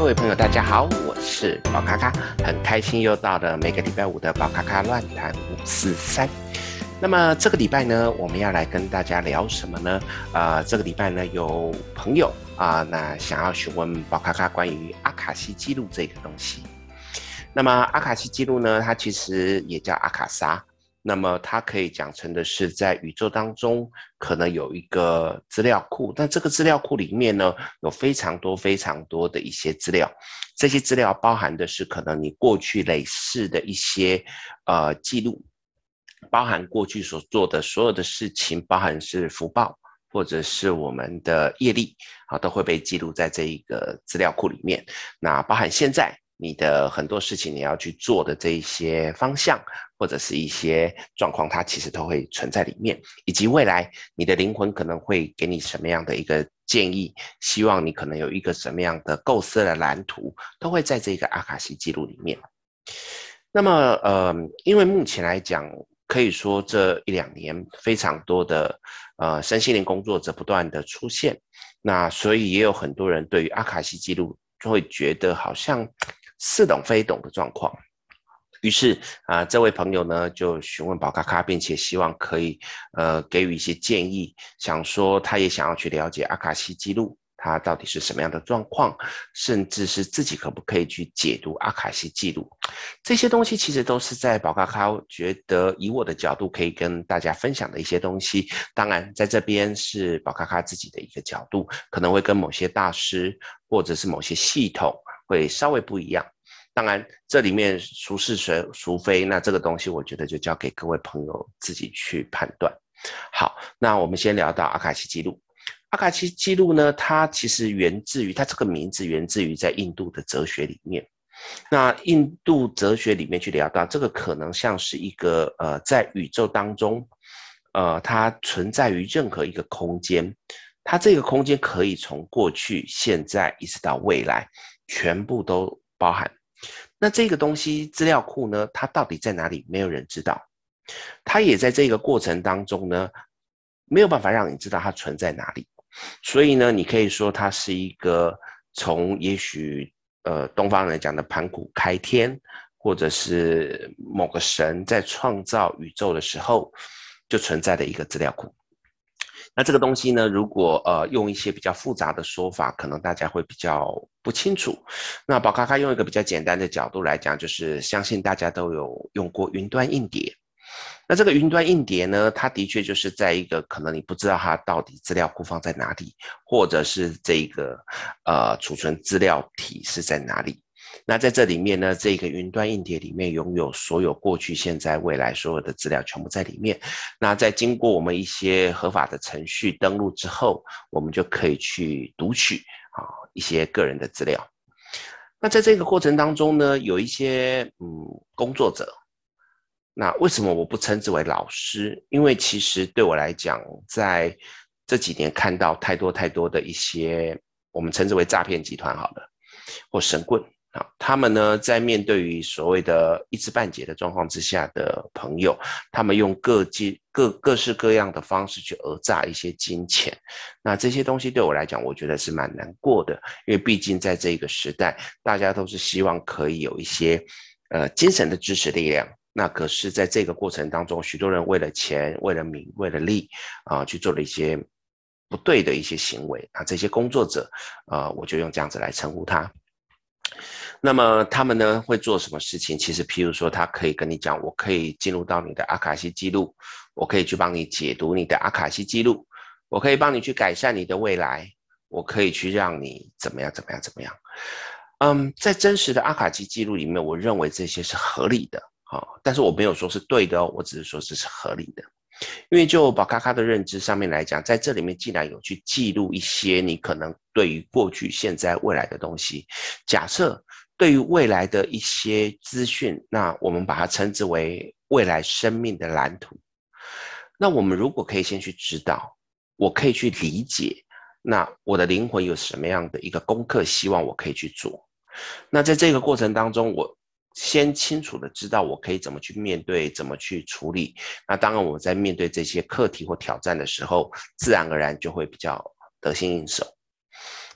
位朋友，大家好，我是宝咖咖，很开心又到了每个礼拜五的宝咖咖乱谈543。那么这个礼拜呢，我们要来跟大家聊什么呢？这个礼拜呢，有朋友那想要询问宝咖咖关于阿卡西记录这个东西。那么阿卡西记录呢，它其实也叫阿卡莎。那么它可以讲成的是，在宇宙当中可能有一个资料库，但这个资料库里面呢，有非常多的一些资料，这些资料包含的是可能你过去累世的一些记录，包含过去所做的所有的事情，包含是福报或者是我们的业力都会被记录在这一个资料库里面。那包含现在你的很多事情你要去做的这一些方向，或者是一些状况，它其实都会存在里面，以及未来你的灵魂可能会给你什么样的一个建议，希望你可能有一个什么样的构思的蓝图，都会在这个阿卡西记录里面。那么因为目前来讲，可以说这1-2年非常多的身心灵工作者不断的出现，那所以也有很多人对于阿卡西记录就会觉得好像似懂非懂的状况。于是这位朋友呢就询问宝咖咖，并且希望可以给予一些建议，想说他也想要去了解阿卡西记录它到底是什么样的状况，甚至是自己可不可以去解读阿卡西记录。这些东西其实都是在宝咖咖觉得以我的角度可以跟大家分享的一些东西。当然在这边是宝咖咖自己的一个角度，可能会跟某些大师或者是某些系统会稍微不一样。当然这里面孰是孰非，那这个东西我觉得就交给各位朋友自己去判断。好，那我们先聊到阿卡西记录。阿卡西记录呢，它其实它这个名字源自于在印度的哲学里面。那印度哲学里面去聊到这个可能像是一个在宇宙当中它存在于任何一个空间，它这个空间可以从过去现在一直到未来全部都包含。那这个东西资料库呢，它到底在哪里没有人知道，它也在这个过程当中呢没有办法让你知道它存在哪里。所以呢，你可以说它是一个从也许东方人讲的盘古开天，或者是某个神在创造宇宙的时候就存在的一个资料库。那这个东西呢，如果用一些比较复杂的说法，可能大家会比较不清楚。那宝咖咖用一个比较简单的角度来讲，就是相信大家都有用过云端硬碟。那这个云端硬碟呢，它的确就是在一个可能你不知道它到底资料库放在哪里，或者是这个储存资料体是在哪里。那在这里面呢，这个云端硬碟里面拥有所有过去、现在、未来所有的资料全部在里面。那在经过我们一些合法的程序登录之后，我们就可以去读取一些个人的资料。那在这个过程当中呢，有一些工作者。那为什么我不称之为老师？因为其实对我来讲，在这几年看到太多的一些我们称之为诈骗集团好了，或神棍他们呢在面对于所谓的一知半解的状况之下的朋友，他们用各式各样的方式去讹诈一些金钱。那这些东西对我来讲，我觉得是蛮难过的，因为毕竟在这个时代，大家都是希望可以有一些精神的支持力量。那可是在这个过程当中，许多人为了钱、为了名、为了利去做了一些不对的一些行为这些工作者我就用这样子来称呼他。那么他们呢会做什么事情？其实譬如说他可以跟你讲，我可以进入到你的阿卡西记录，我可以去帮你解读你的阿卡西记录，我可以帮你去改善你的未来，我可以去让你怎么样。在真实的阿卡西记录里面，我认为这些是合理的但是我没有说是对的我只是说这是合理的。因为就宝咖咖的认知上面来讲，在这里面既然有去记录一些你可能对于过去、现在、未来的东西，假设对于未来的一些资讯，那我们把它称之为未来生命的蓝图。那我们如果可以先去知道，我可以去理解，那我的灵魂有什么样的一个功课，希望我可以去做。那在这个过程当中，我先清楚的知道我可以怎么去面对，怎么去处理。那当然我在面对这些课题或挑战的时候，自然而然就会比较得心应手。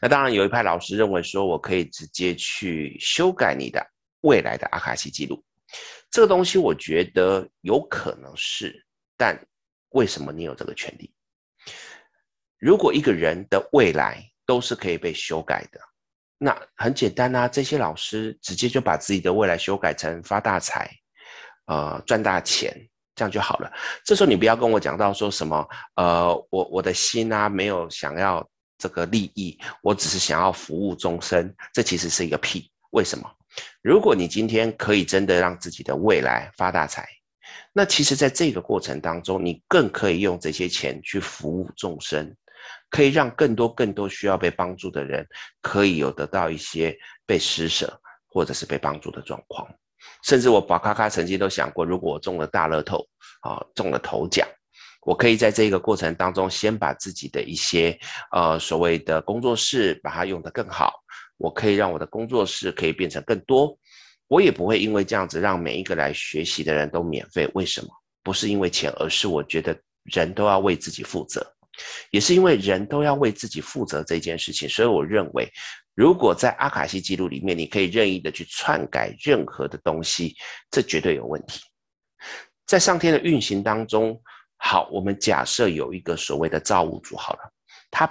那当然有一派老师认为说，我可以直接去修改你的未来的阿卡西记录。这个东西我觉得有可能是，但为什么你有这个权利？如果一个人的未来都是可以被修改的，那很简单啊，这些老师直接就把自己的未来修改成发大财，赚大钱，这样就好了。这时候你不要跟我讲到说什么，我的心啊没有想要这个利益，我只是想要服务众生，这其实是一个屁。为什么？如果你今天可以真的让自己的未来发大财，那其实在这个过程当中，你更可以用这些钱去服务众生，可以让更多需要被帮助的人可以有得到一些被施舍或者是被帮助的状况。甚至我宝咖咖曾经都想过，如果我中了大乐透中了头奖，我可以在这个过程当中先把自己的一些所谓的工作室把它用得更好，我可以让我的工作室可以变成更多，我也不会因为这样子让每一个来学习的人都免费。为什么？不是因为钱，而是我觉得人都要为自己负责，也是因为人都要为自己负责这件事情，所以我认为如果在阿卡西记录里面你可以任意的去篡改任何的东西，这绝对有问题。在上天的运行当中，好，我们假设有一个所谓的造物主好了，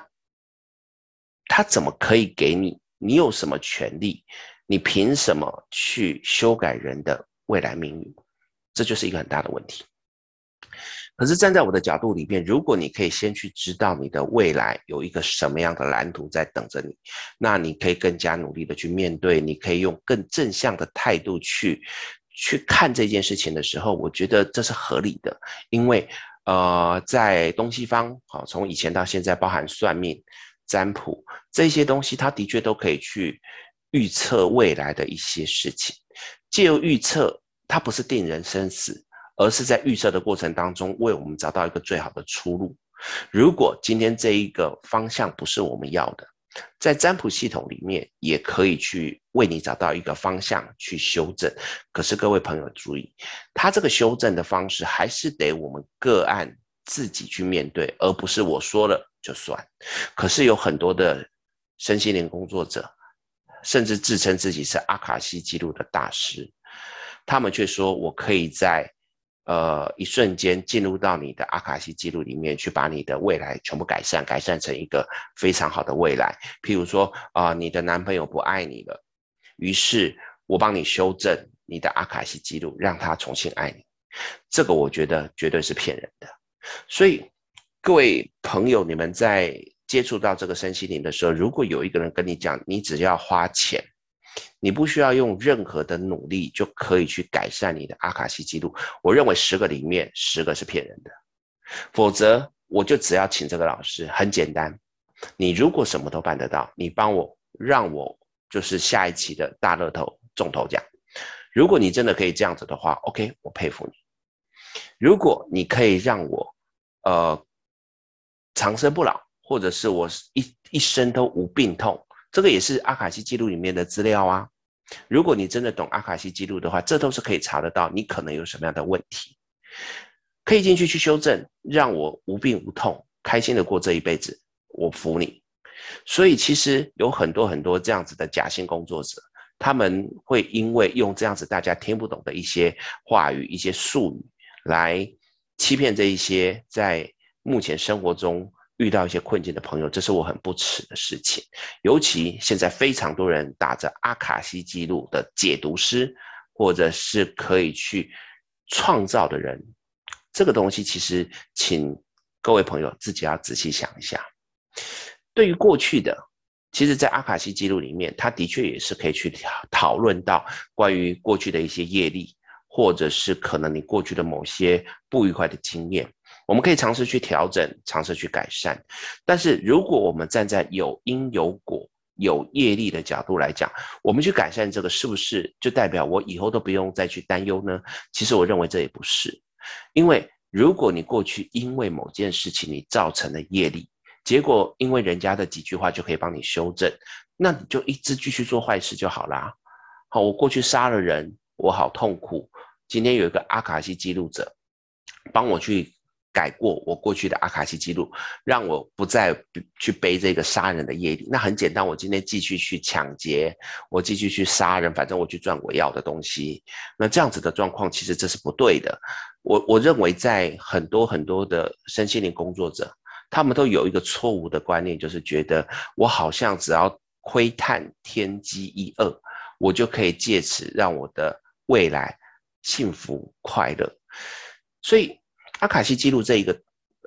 他怎么可以给你？你有什么权利？你凭什么去修改人的未来命运？这就是一个很大的问题。可是站在我的角度里面，如果你可以先去知道你的未来有一个什么样的蓝图在等着你，那你可以更加努力的去面对，你可以用更正向的态度去看这件事情的时候，我觉得这是合理的。因为在东西方，好，从以前到现在，包含算命、占卜这些东西，它的确都可以去预测未来的一些事情。借由预测，它不是定人生死，而是在预测的过程当中为我们找到一个最好的出路。如果今天这一个方向不是我们要的，在占卜系统里面也可以去为你找到一个方向去修正。可是各位朋友注意，他这个修正的方式还是得我们个案自己去面对，而不是我说了就算。可是有很多的身心灵工作者，甚至自称自己是阿卡西记录的大师，他们却说我可以在一瞬间进入到你的阿卡西记录里面，去把你的未来全部改善成一个非常好的未来。譬如说你的男朋友不爱你了，于是我帮你修正你的阿卡西记录，让他重新爱你。这个我觉得绝对是骗人的。所以各位朋友，你们在接触到这个身心灵的时候，如果有一个人跟你讲，你只要花钱，你不需要用任何的努力就可以去改善你的阿卡西记录，我认为10个里面10个是骗人的。否则我就只要请这个老师，很简单，你如果什么都办得到，你帮我让我就是下一期的大乐透中头奖。如果你真的可以这样子的话 ，OK， 我佩服你。如果你可以让我长生不老，或者是我一生都无病痛，这个也是阿卡西记录里面的资料啊。如果你真的懂阿卡西记录的话，这都是可以查得到你可能有什么样的问题，可以进去修正，让我无病无痛，开心的过这一辈子，我服你。所以其实有很多这样子的假性工作者，他们会因为用这样子大家听不懂的一些话语、一些术语来欺骗这一些在目前生活中遇到一些困境的朋友，这是我很不耻的事情。尤其现在非常多人打着阿卡西记录的解读师，或者是可以去创造的人，这个东西其实请各位朋友自己要仔细想一下。对于过去的，其实在阿卡西记录里面，它的确也是可以去讨论到关于过去的一些业力，或者是可能你过去的某些不愉快的经验，我们可以尝试去调整，尝试去改善。但是如果我们站在有因有果、有业力的角度来讲，我们去改善这个，是不是就代表我以后都不用再去担忧呢？其实我认为这也不是，因为如果你过去因为某件事情你造成了业力，结果因为人家的几句话就可以帮你修正，那你就一直继续做坏事就好啦。好，我过去杀了人，我好痛苦。今天有一个阿卡西记录者帮我去改过我过去的阿卡西记录，让我不再去背这个杀人的业力。那很简单，我今天继续去抢劫，我继续去杀人，反正我去赚我要的东西。那这样子的状况，其实这是不对的。我认为在很多很多的身心灵工作者，他们都有一个错误的观念，就是觉得我好像只要窥探天机一二，我就可以借此让我的未来幸福快乐。所以阿卡西记录这一个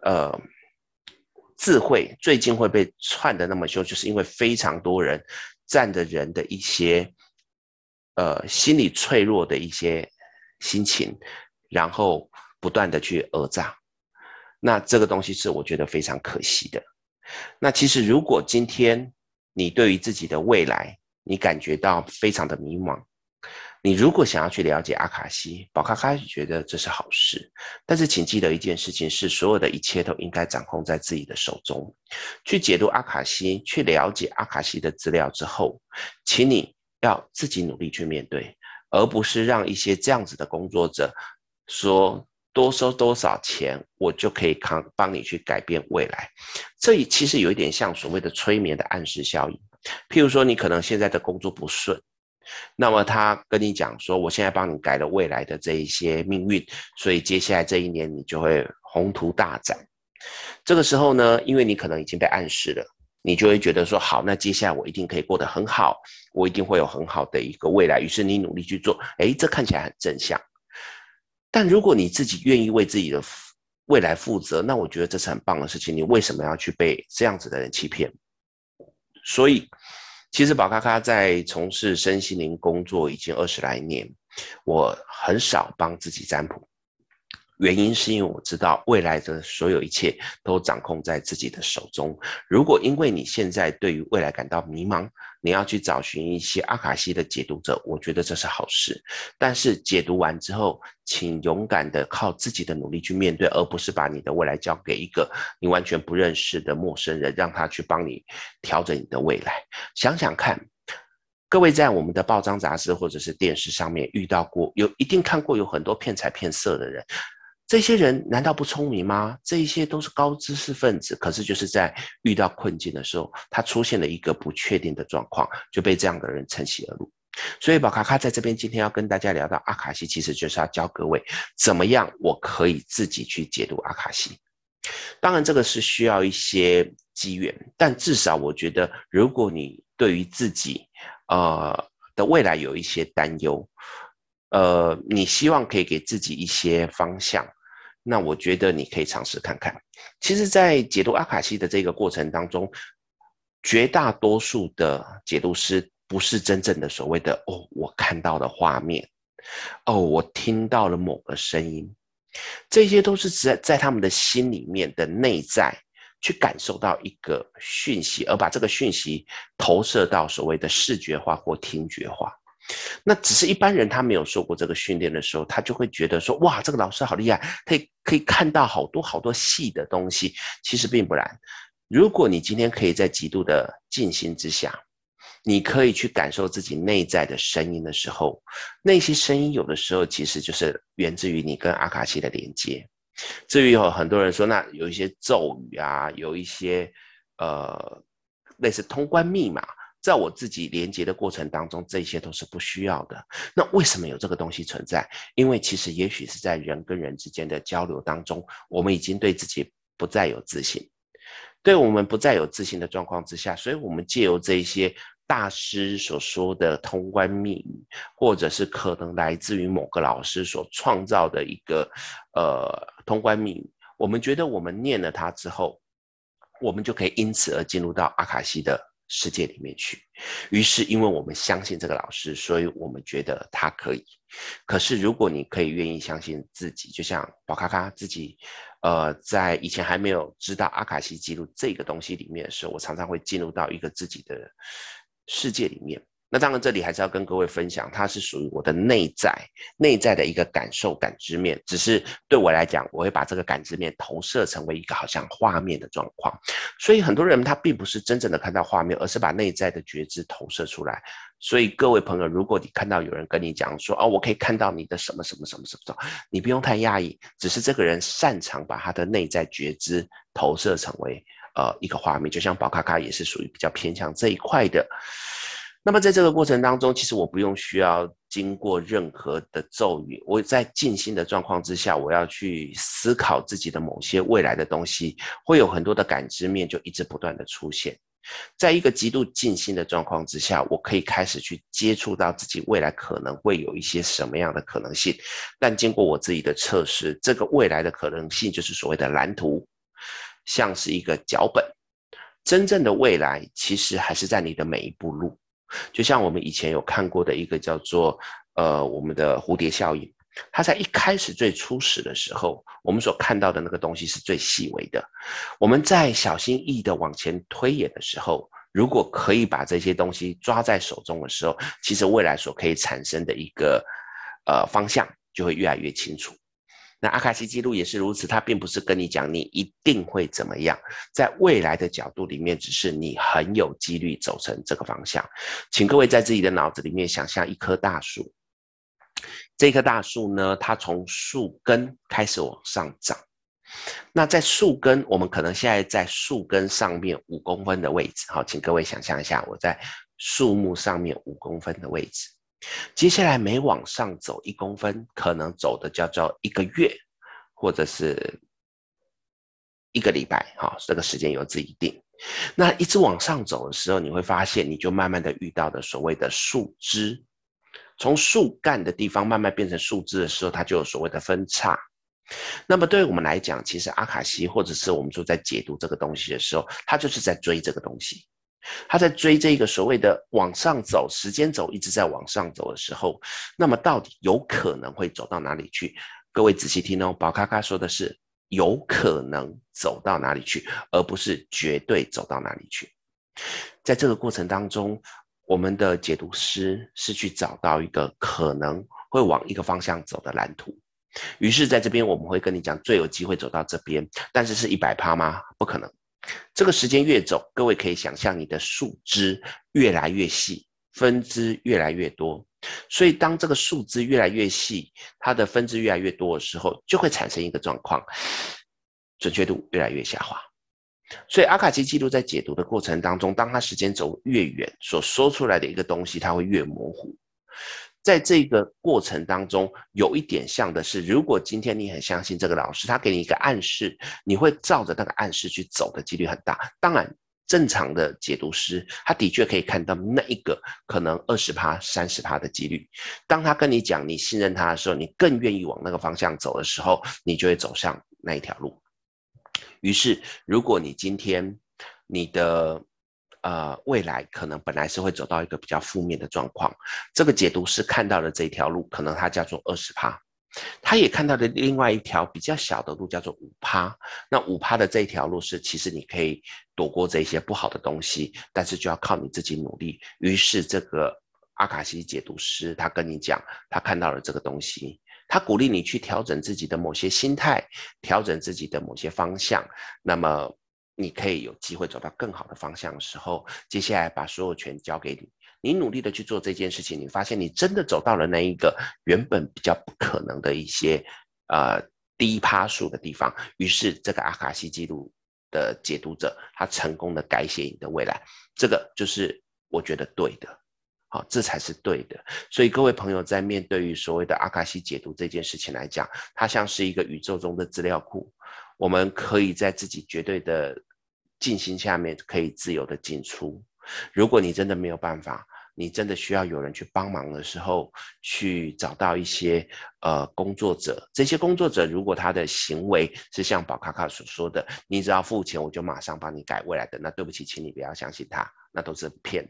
智慧最近会被串得那么凶，就是因为非常多人占着人的一些心理脆弱的一些心情，然后不断的去讹诈。那这个东西是我觉得非常可惜的。那其实如果今天你对于自己的未来，你感觉到非常的迷茫，你如果想要去了解阿卡西，宝咖咖觉得这是好事，但是请记得一件事情是，所有的一切都应该掌控在自己的手中。去解读阿卡西，去了解阿卡西的资料之后，请你要自己努力去面对，而不是让一些这样子的工作者说多收多少钱，我就可以帮你去改变未来。这其实有一点像所谓的催眠的暗示效应。譬如说，你可能现在的工作不顺，那么他跟你讲说，我现在帮你改了未来的这一些命运，所以接下来这一年你就会宏图大展。这个时候呢，因为你可能已经被暗示了，你就会觉得说，好，那接下来我一定可以过得很好，我一定会有很好的一个未来。于是你努力去做，这看起来很正向。但如果你自己愿意为自己的未来负责，那我觉得这是很棒的事情。你为什么要去被这样子的人欺骗？所以其实宝咖咖在从事身心灵工作已经20来年，我很少帮自己占卜，原因是因为我知道未来的所有一切都掌控在自己的手中。如果因为你现在对于未来感到迷茫，你要去找寻一些阿卡西的解读者，我觉得这是好事。但是解读完之后，请勇敢的靠自己的努力去面对，而不是把你的未来交给一个你完全不认识的陌生人，让他去帮你调整你的未来。想想看，各位在我们的报章杂志或者是电视上面遇到过，一定看过有很多骗财骗色的人。这些人难道不聪明吗？这一些都是高知识分子，可是就是在遇到困境的时候，他出现了一个不确定的状况，就被这样的人趁虚而入。所以宝咖咖在这边今天要跟大家聊到阿卡西，其实就是要教各位怎么样我可以自己去解读阿卡西。当然这个是需要一些机缘，但至少我觉得如果你对于自己的未来有一些担忧，你希望可以给自己一些方向，那我觉得你可以尝试看看。其实在解读阿卡西的这个过程当中，绝大多数的解读师不是真正的所谓的我看到的画面，我听到了某个声音，这些都是在他们的心里面的内在去感受到一个讯息，而把这个讯息投射到所谓的视觉化或听觉化。那只是一般人他没有受过这个训练的时候，他就会觉得说，哇，这个老师好厉害，可以看到好多好多细的东西。其实并不然。如果你今天可以在极度的静心之下，你可以去感受自己内在的声音的时候，那些声音有的时候其实就是源自于你跟阿卡西的连接。至于有很多人说，那有一些咒语啊，有一些类似通关密码，在我自己连接的过程当中，这些都是不需要的。那为什么有这个东西存在？因为其实也许是在人跟人之间的交流当中，我们已经对自己不再有自信。对我们不再有自信的状况之下，所以我们借由这一些大师所说的通关密语，或者是可能来自于某个老师所创造的一个通关密语，我们觉得我们念了它之后，我们就可以因此而进入到阿卡西的世界里面去。于是因为我们相信这个老师，所以我们觉得他可以。可是如果你可以愿意相信自己，就像宝咖咖自己在以前还没有知道阿卡西记录这个东西里面的时候，我常常会进入到一个自己的世界里面。 那当然这里还是要跟各位分享，它是属于我的内在的一个感受感知面，只是对我来讲，我会把这个感知面投射成为一个好像画面的状况。所以很多人他并不是真正的看到画面，而是把内在的觉知投射出来。所以各位朋友，如果你看到有人跟你讲说，哦，我可以看到你的什么什么什么什么，你不用太压抑，只是这个人擅长把他的内在觉知投射成为一个画面，就像宝咖咖也是属于比较偏向这一块的。那么在这个过程当中，其实我不用需要经过任何的咒语，我在静心的状况之下，我要去思考自己的某些未来的东西，会有很多的感知面就一直不断的出现。在一个极度静心的状况之下，我可以开始去接触到自己未来可能会有一些什么样的可能性。但经过我自己的测试，这个未来的可能性就是所谓的蓝图，像是一个脚本。真正的未来其实还是在你的每一步路。就像我们以前有看过的一个叫做我们的蝴蝶效应，它在一开始最初始的时候，我们所看到的那个东西是最细微的。我们在小心翼翼的往前推演的时候，如果可以把这些东西抓在手中的时候，其实未来所可以产生的一个方向就会越来越清楚。那阿卡西记录也是如此，它并不是跟你讲你一定会怎么样，在未来的角度里面，只是你很有几率走成这个方向。请各位在自己的脑子里面想象一棵大树，这棵大树呢，它从树根开始往上长。那在树根，我们可能现在在树根上面5公分的位置，好，请各位想象一下，我在树木上面5公分的位置。接下来每往上走1公分，可能走的叫做1个月，或者是1个礼拜，好，这个时间由自己定。那一直往上走的时候，你会发现，你就慢慢的遇到的所谓的树枝，从树干的地方慢慢变成树枝的时候，它就有所谓的分叉。那么对于我们来讲，其实阿卡西或者是我们说在解读这个东西的时候，它就是在追这个东西。他在追这个所谓的往上走，时间轴一直在往上走的时候，那么到底有可能会走到哪里去？各位仔细听哦，宝咖咖说的是有可能走到哪里去，而不是绝对走到哪里去。在这个过程当中，我们的解读师是去找到一个可能会往一个方向走的蓝图。于是在这边我们会跟你讲最有机会走到这边，但是是100%吗？不可能。这个时间越走，各位可以想象你的树枝越来越细，分支越来越多。所以当这个树枝越来越细，它的分支越来越多的时候，就会产生一个状况，准确度越来越下滑。所以阿卡西记录在解读的过程当中，当它时间走越远，所说出来的一个东西，它会越模糊。在这个过程当中，有一点像的是，如果今天你很相信这个老师，他给你一个暗示，你会照着那个暗示去走的几率很大。当然，正常的解读师，他的确可以看到那一个可能20%、30%的几率。当他跟你讲你信任他的时候，你更愿意往那个方向走的时候，你就会走上那一条路。于是，如果你今天你的未来可能本来是会走到一个比较负面的状况，这个解读师看到的这一条路，可能它叫做20%，他也看到的另外一条比较小的路叫做5%。那5%的这一条路是，其实你可以躲过这些不好的东西，但是就要靠你自己努力。于是这个阿卡西解读师他跟你讲，他看到了这个东西。他鼓励你去调整自己的某些心态，调整自己的某些方向，那么你可以有机会走到更好的方向的时候，接下来把所有权交给你，你努力的去做这件事情，你发现你真的走到了那一个原本比较不可能的一些低趴数的地方，于是这个阿卡西记录的解读者，他成功的改写你的未来，这个就是我觉得对的。好，这才是对的。所以各位朋友在面对于所谓的阿卡西解读这件事情来讲，它像是一个宇宙中的资料库，我们可以在自己绝对的静心下面可以自由的进出。如果你真的没有办法，你真的需要有人去帮忙的时候，去找到一些工作者。这些工作者如果他的行为是像宝卡卡所说的，你只要付钱我就马上帮你改未来的，那对不起，请你不要相信他，那都是骗子。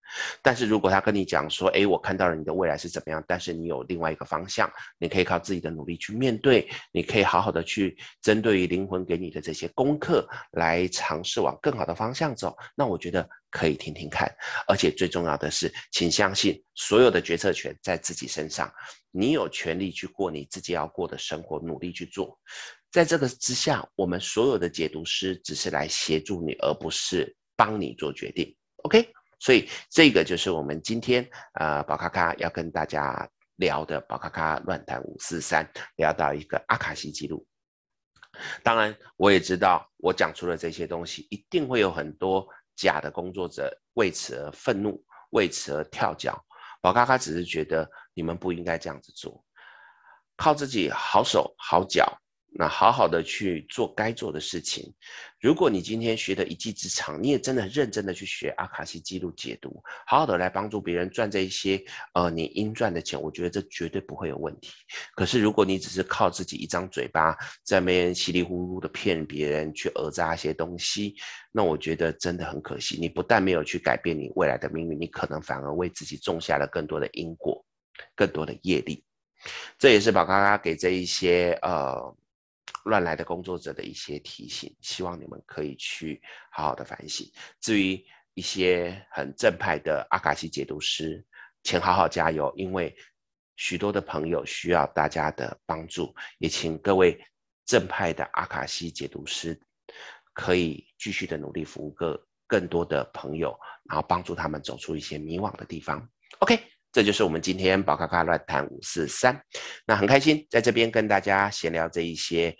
但是如果他跟你讲说，哎，我看到了你的未来是怎么样，但是你有另外一个方向，你可以靠自己的努力去面对，你可以好好的去针对于灵魂给你的这些功课来尝试往更好的方向走，那我觉得可以听听看。而且最重要的是，请相信所有的决策权在自己身上，你有权利去过你自己要过的生活，努力去做。在这个之下，我们所有的解读师只是来协助你，而不是帮你做决定。OK？所以这个就是我们今天宝咖咖要跟大家聊的宝咖咖乱谈543，聊到一个阿卡西记录。当然，我也知道我讲出了这些东西，一定会有很多假的工作者为此而愤怒，为此而跳脚。宝咖咖只是觉得你们不应该这样子做，靠自己好手好脚。那好好的去做该做的事情。如果你今天学的一技之长，你也真的很认真的去学阿卡西记录解读，好好的来帮助别人赚这一些你应赚的钱，我觉得这绝对不会有问题。可是如果你只是靠自己一张嘴巴在那边稀里糊涂的骗别人去讹诈一些东西，那我觉得真的很可惜。你不但没有去改变你未来的命运，你可能反而为自己种下了更多的因果，更多的业力。这也是宝咖咖给这一些乱来的工作者的一些提醒，希望你们可以去好好的反省。至于一些很正派的阿卡西解读师，请好好加油，因为许多的朋友需要大家的帮助，也请各位正派的阿卡西解读师可以继续的努力服务更多的朋友，然后帮助他们走出一些迷惘的地方。OK。这就是我们今天宝咖咖乱谈543，那很开心在这边跟大家闲聊这一些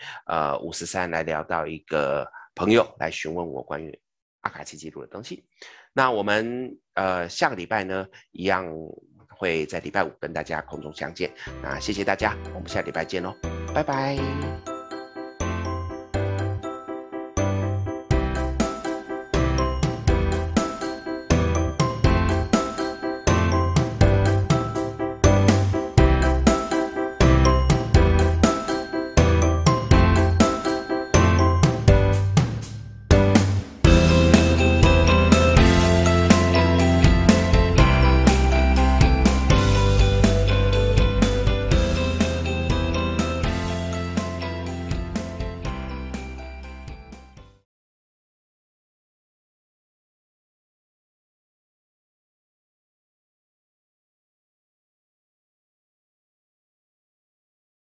543来聊到一个朋友来询问我关于阿卡西记录的东西。那我们下个礼拜呢一样会在礼拜5跟大家空中相见。那谢谢大家，我们下礼拜见喽，拜拜。